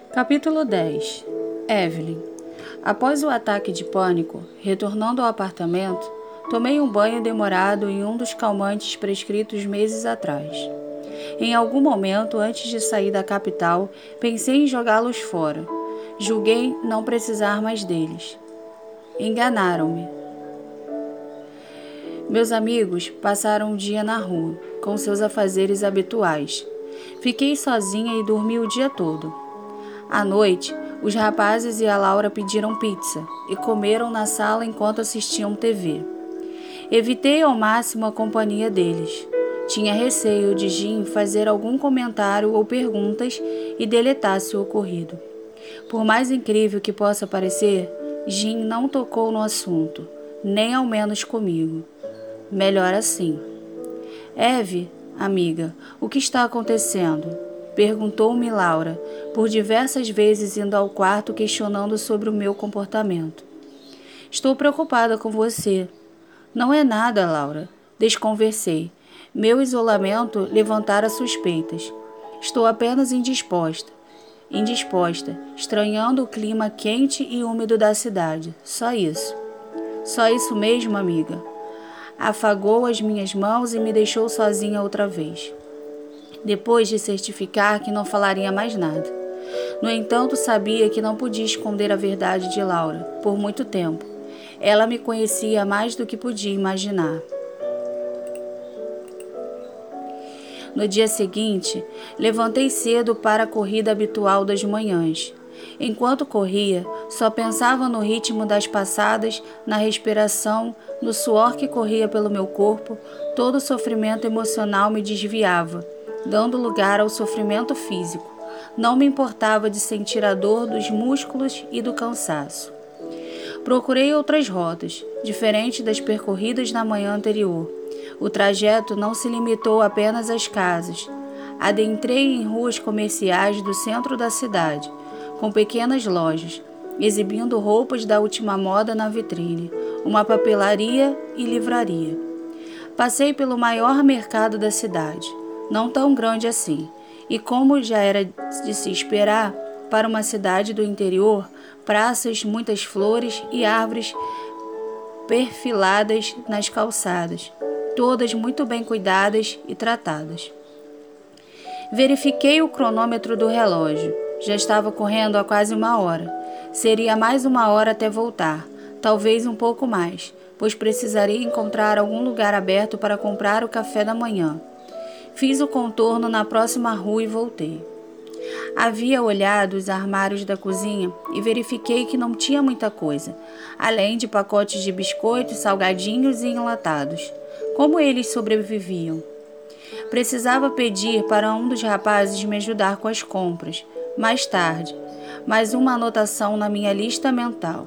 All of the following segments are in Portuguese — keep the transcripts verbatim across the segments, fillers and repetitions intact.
Capítulo dez. Evelyn. Após o ataque de pânico, retornando ao apartamento, tomei um banho demorado em um dos calmantes prescritos meses atrás. Em algum momento, antes de sair da capital, pensei em jogá-los fora. Julguei não precisar mais deles. Enganaram-me. Meus amigos passaram o dia na rua, com seus afazeres habituais. Fiquei sozinha e dormi o dia todo. À noite, os rapazes e a Laura pediram pizza e comeram na sala enquanto assistiam T V. Evitei ao máximo a companhia deles. Tinha receio de Jim fazer algum comentário ou perguntas e deletasse o ocorrido. Por mais incrível que possa parecer, Jim não tocou no assunto, nem ao menos comigo. Melhor assim. Eve, amiga, o que está acontecendo? Perguntou-me Laura, por diversas vezes indo ao quarto questionando sobre o meu comportamento. Estou preocupada com você. Não é nada, Laura. Desconversei. Meu isolamento levantara suspeitas. Estou apenas indisposta. Indisposta, estranhando o clima quente e úmido da cidade. Só isso. Só isso mesmo, amiga. Afagou as minhas mãos e me deixou sozinha outra vez. Depois de certificar que não falaria mais nada. No entanto, sabia que não podia esconder a verdade de Laura por muito tempo. Ela me conhecia mais do que podia imaginar. No dia seguinte, levantei cedo para a corrida habitual das manhãs. Enquanto corria, só pensava no ritmo das passadas, na respiração, no suor que corria pelo meu corpo. Todo o sofrimento emocional me desviava, dando lugar ao sofrimento físico. Não me importava de sentir a dor dos músculos e do cansaço. Procurei outras rotas, diferentes das percorridas na manhã anterior. O trajeto não se limitou apenas às casas. Adentrei em ruas comerciais do centro da cidade, com pequenas lojas, exibindo roupas da última moda na vitrine, uma papelaria e livraria. Passei pelo maior mercado da cidade, não tão grande assim, e como já era de se esperar, para uma cidade do interior, praças, muitas flores e árvores perfiladas nas calçadas, todas muito bem cuidadas e tratadas. Verifiquei o cronômetro do relógio. Já estava correndo há quase uma hora. Seria mais uma hora até voltar, talvez um pouco mais, pois precisaria encontrar algum lugar aberto para comprar o café da manhã. Fiz o contorno na próxima rua e voltei. Havia olhado os armários da cozinha e verifiquei que não tinha muita coisa, além de pacotes de biscoitos, salgadinhos e enlatados. Como eles sobreviviam? Precisava pedir para um dos rapazes me ajudar com as compras. Mais tarde, mais uma anotação na minha lista mental.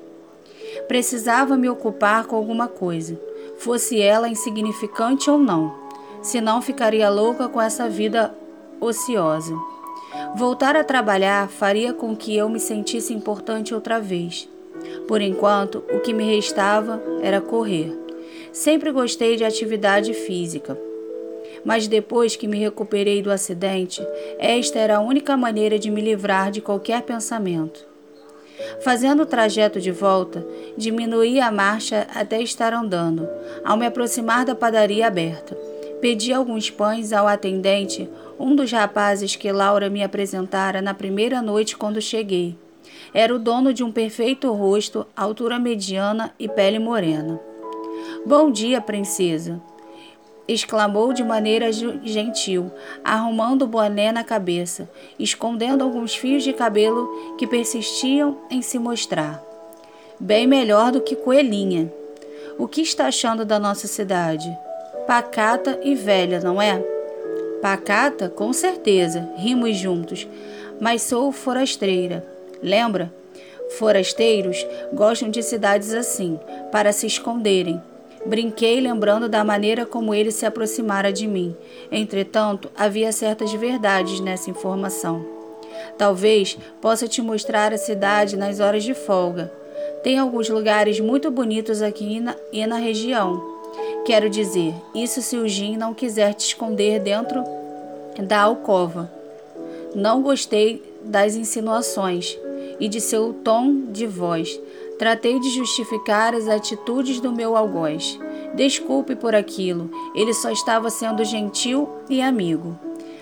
Precisava me ocupar com alguma coisa, fosse ela insignificante ou não, senão ficaria louca com essa vida ociosa. Voltar a trabalhar faria com que eu me sentisse importante outra vez. Por enquanto, o que me restava era correr. Sempre gostei de atividade física, mas depois que me recuperei do acidente, esta era a única maneira de me livrar de qualquer pensamento. Fazendo o trajeto de volta, diminuí a marcha até estar andando. Ao me aproximar da padaria aberta, pedi alguns pães ao atendente, um dos rapazes que Laura me apresentara na primeira noite quando cheguei. Era o dono de um perfeito rosto, altura mediana e pele morena. "Bom dia, princesa!" exclamou de maneira gentil, arrumando o boné na cabeça, escondendo alguns fios de cabelo que persistiam em se mostrar. "Bem melhor do que coelhinha. O que está achando da nossa cidade? Pacata e velha, não é?" "Pacata, com certeza," rimos juntos, "mas sou forasteira. Lembra? Forasteiros gostam de cidades assim, para se esconderem." Brinquei, lembrando da maneira como ele se aproximara de mim. Entretanto, havia certas verdades nessa informação. "Talvez possa te mostrar a cidade nas horas de folga. Tem alguns lugares muito bonitos aqui na, e na região. Quero dizer, isso se o Jim não quiser te esconder dentro da alcova." Não gostei das insinuações e de seu tom de voz. Tratei de justificar as atitudes do meu algoz. Desculpe por aquilo, ele só estava sendo gentil e amigo.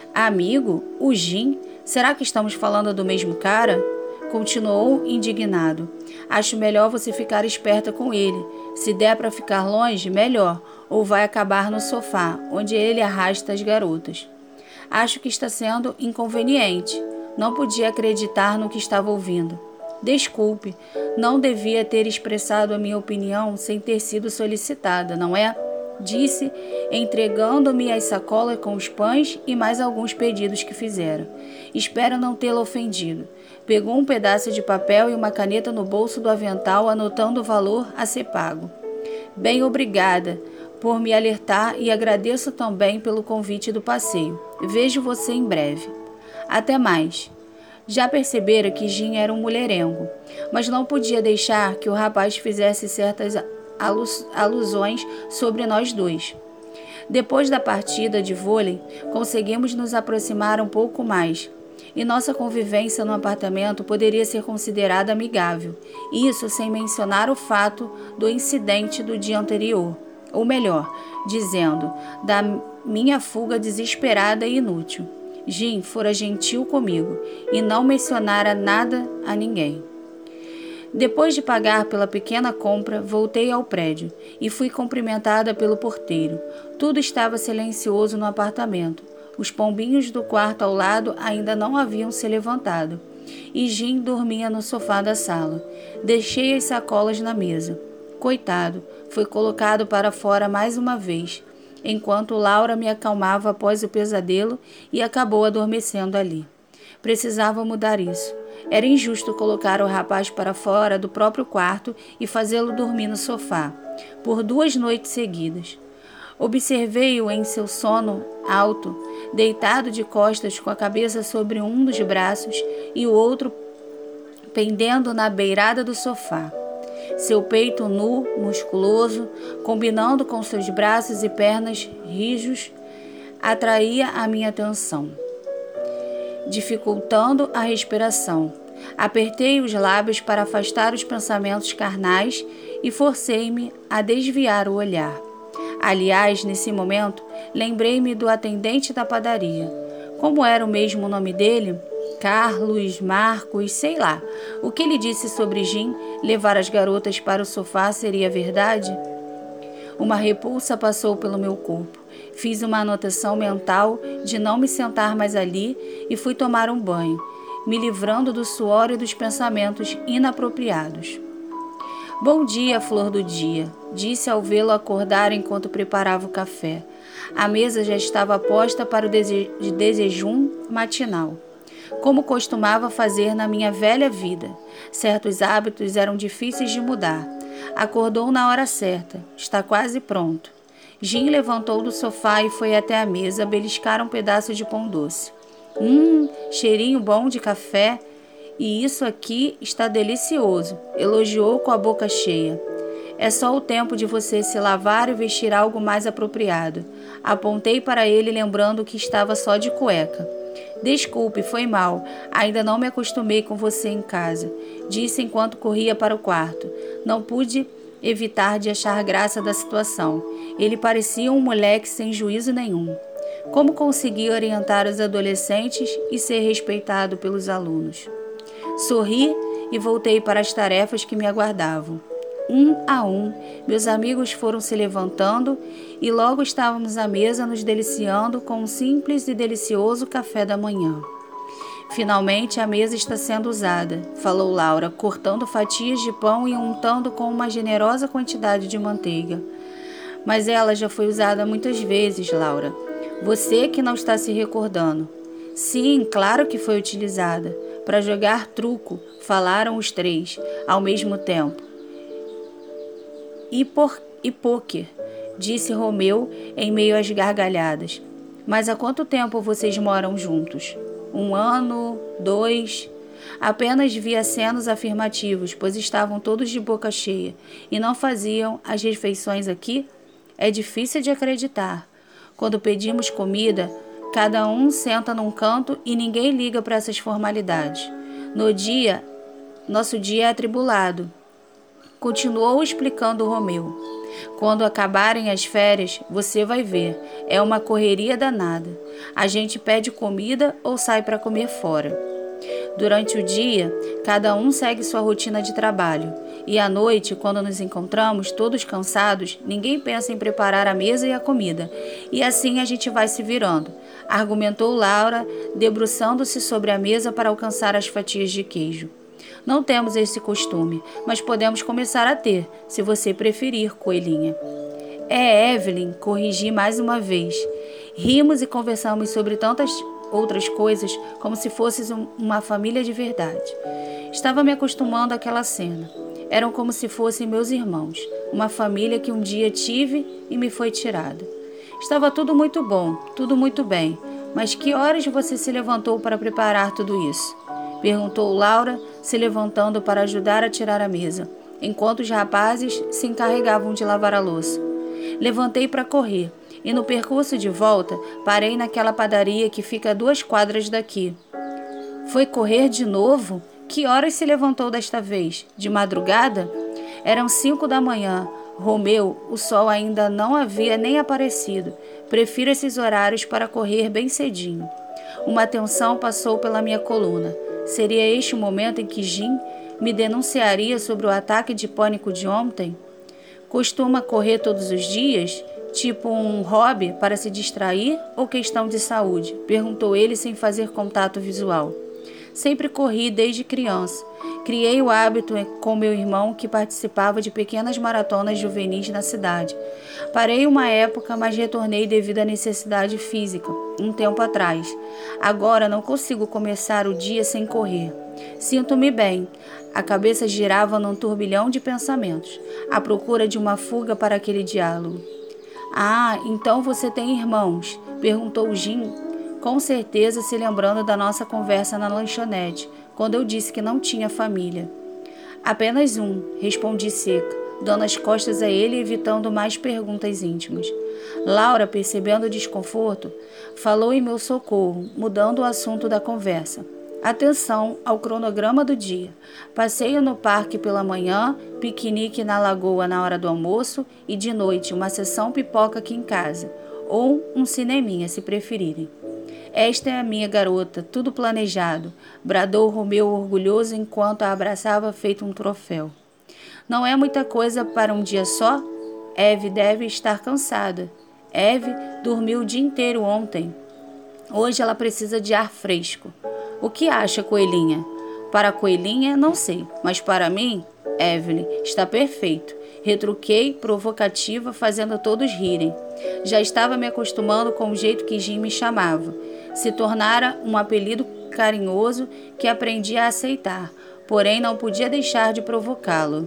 Amigo? O Jim? Será que estamos falando do mesmo cara? Continuou indignado. Acho melhor você ficar esperta com ele. Se der para ficar longe, melhor, ou vai acabar no sofá, onde ele arrasta as garotas. Acho que está sendo inconveniente. Não podia acreditar no que estava ouvindo. Desculpe, não devia ter expressado a minha opinião sem ter sido solicitada, não é? Disse, entregando-me as sacolas com os pães e mais alguns pedidos que fizera. Espero não tê-la ofendido. Pegou um pedaço de papel e uma caneta no bolso do avental, anotando o valor a ser pago. Bem, obrigada por me alertar e agradeço também pelo convite do passeio. Vejo você em breve. Até mais. Já percebera que Jim era um mulherengo, mas não podia deixar que o rapaz fizesse certas alus- alusões sobre nós dois. Depois da partida de vôlei, conseguimos nos aproximar um pouco mais, e nossa convivência no apartamento poderia ser considerada amigável, isso sem mencionar o fato do incidente do dia anterior, ou melhor, dizendo, da minha fuga desesperada e inútil. Jim fora gentil comigo e não mencionara nada a ninguém. Depois de pagar pela pequena compra, voltei ao prédio e fui cumprimentada pelo porteiro. Tudo estava silencioso no apartamento. Os pombinhos do quarto ao lado ainda não haviam se levantado e Jim dormia no sofá da sala. Deixei as sacolas na mesa. Coitado, foi colocado para fora mais uma vez, enquanto Laura me acalmava após o pesadelo e acabou adormecendo ali. Precisava mudar isso. Era injusto colocar o rapaz para fora do próprio quarto e fazê-lo dormir no sofá, por duas noites seguidas. Observei-o em seu sono alto, deitado de costas com a cabeça sobre um dos braços e o outro pendendo na beirada do sofá. Seu peito nu, musculoso, combinando com seus braços e pernas rijos, atraía a minha atenção, dificultando a respiração. Apertei os lábios para afastar os pensamentos carnais e forcei-me a desviar o olhar. Aliás, nesse momento, lembrei-me do atendente da padaria. Como era o mesmo nome dele? Carlos, Marcos, sei lá. O que ele disse sobre Jim levar as garotas para o sofá seria verdade? Uma repulsa passou pelo meu corpo. Fiz uma anotação mental de não me sentar mais ali e fui tomar um banho, me livrando do suor e dos pensamentos inapropriados. Bom dia, flor do dia, disse ao vê-lo acordar enquanto preparava o café. A mesa já estava posta para o dese- desejum matinal, como costumava fazer na minha velha vida. Certos hábitos eram difíceis de mudar. Acordou na hora certa. Está quase pronto. Jim levantou do sofá e foi até a mesa beliscar um pedaço de pão doce. Hum, cheirinho bom de café. E isso aqui está delicioso, elogiou com a boca cheia. É só o tempo de você se lavar e vestir algo mais apropriado. Apontei para ele, lembrando que estava só de cueca. Desculpe, foi mal. Ainda não me acostumei com você em casa, disse enquanto corria para o quarto. Não pude evitar de achar graça da situação. Ele parecia um moleque sem juízo nenhum. Como conseguir orientar os adolescentes e ser respeitado pelos alunos? Sorri e voltei para as tarefas que me aguardavam. Um a um, meus amigos foram se levantando e logo estávamos à mesa nos deliciando com um simples e delicioso café da manhã. Finalmente a mesa está sendo usada, falou Laura, cortando fatias de pão e untando com uma generosa quantidade de manteiga. Mas ela já foi usada muitas vezes, Laura. Você que não está se recordando. Sim, claro que foi utilizada. Para jogar truco, falaram os três, ao mesmo tempo. E, por, e pôquer, disse Romeu em meio às gargalhadas. Mas há quanto tempo vocês moram juntos? Um ano? Dois? Apenas vi acenos afirmativos, pois estavam todos de boca cheia e não faziam as refeições aqui? É difícil de acreditar. Quando pedimos comida, Cada um senta num canto e ninguém liga para essas formalidades. No dia, nosso dia é atribulado. Continuou explicando Romeu. Quando acabarem as férias, você vai ver. É uma correria danada. A gente pede comida ou sai para comer fora. Durante o dia, cada um segue sua rotina de trabalho. E à noite, quando nos encontramos, todos cansados, ninguém pensa em preparar a mesa e a comida. E assim a gente vai se virando, argumentou Laura, debruçando-se sobre a mesa para alcançar as fatias de queijo. Não temos esse costume, mas podemos começar a ter, se você preferir, coelhinha. É, Evelyn, corrigi mais uma vez. Rimos e conversamos sobre tantas outras coisas como se fosses um, uma família de verdade. Estava me acostumando àquela cena. Eram como se fossem meus irmãos, uma família que um dia tive e me foi tirada. Estava tudo muito bom, tudo muito bem, mas que horas você se levantou para preparar tudo isso? Perguntou Laura, se levantando para ajudar a tirar a mesa, enquanto os rapazes se encarregavam de lavar a louça. Levantei para correr, e no percurso de volta, parei naquela padaria que fica a duas quadras daqui. Foi correr de novo? Que horas se levantou desta vez? De madrugada? Eram cinco da manhã. Romeu, o sol ainda não havia nem aparecido. Prefiro esses horários para correr bem cedinho. Uma tensão passou pela minha coluna. Seria este o momento em que Jim me denunciaria sobre o ataque de pânico de ontem? Costuma correr todos os dias? Tipo um hobby para se distrair ou questão de saúde? Perguntou ele sem fazer contato visual. Sempre corri desde criança. Criei o hábito com meu irmão, que participava de pequenas maratonas juvenis na cidade. Parei uma época, mas retornei devido à necessidade física, um tempo atrás. Agora não consigo começar o dia sem correr. Sinto-me bem. A cabeça girava num turbilhão de pensamentos, à procura de uma fuga para aquele diálogo. Ah, então você tem irmãos? Perguntou Jim, com certeza se lembrando da nossa conversa na lanchonete, quando eu disse que não tinha família. Apenas um, respondi seca, dando as costas a ele e evitando mais perguntas íntimas. Laura, percebendo o desconforto, falou em meu socorro, mudando o assunto da conversa. Atenção ao cronograma do dia. Passeio no parque pela manhã, piquenique na lagoa na hora do almoço e de noite uma sessão pipoca aqui em casa, ou um cineminha, se preferirem. Esta é a minha garota, tudo planejado, bradou Romeu orgulhoso enquanto a abraçava feito um troféu. Não é muita coisa para um dia só? Eve deve estar cansada. Eve dormiu o dia inteiro ontem. Hoje ela precisa de ar fresco. O que acha, coelhinha? Para a coelhinha, não sei, mas para mim, Evelyn, está perfeito. Retruquei, provocativa, fazendo todos rirem. Já estava me acostumando com o jeito que Jim me chamava. Se tornara um apelido carinhoso que aprendi a aceitar, porém não podia deixar de provocá-lo.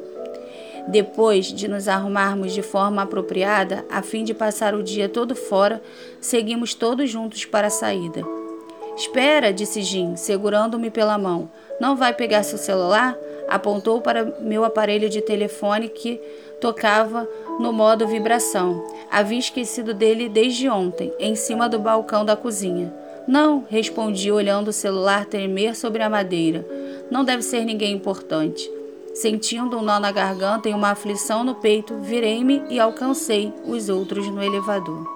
Depois de nos arrumarmos de forma apropriada, a fim de passar o dia todo fora, seguimos todos juntos para a saída. Espera, disse Jim, segurando-me pela mão. Não vai pegar seu celular? Apontou para meu aparelho de telefone que tocava no modo vibração. Havia esquecido dele desde ontem, em cima do balcão da cozinha. Não, respondi olhando o celular tremer sobre a madeira. Não deve ser ninguém importante. Sentindo um nó na garganta e uma aflição no peito, virei-me e alcancei os outros no elevador.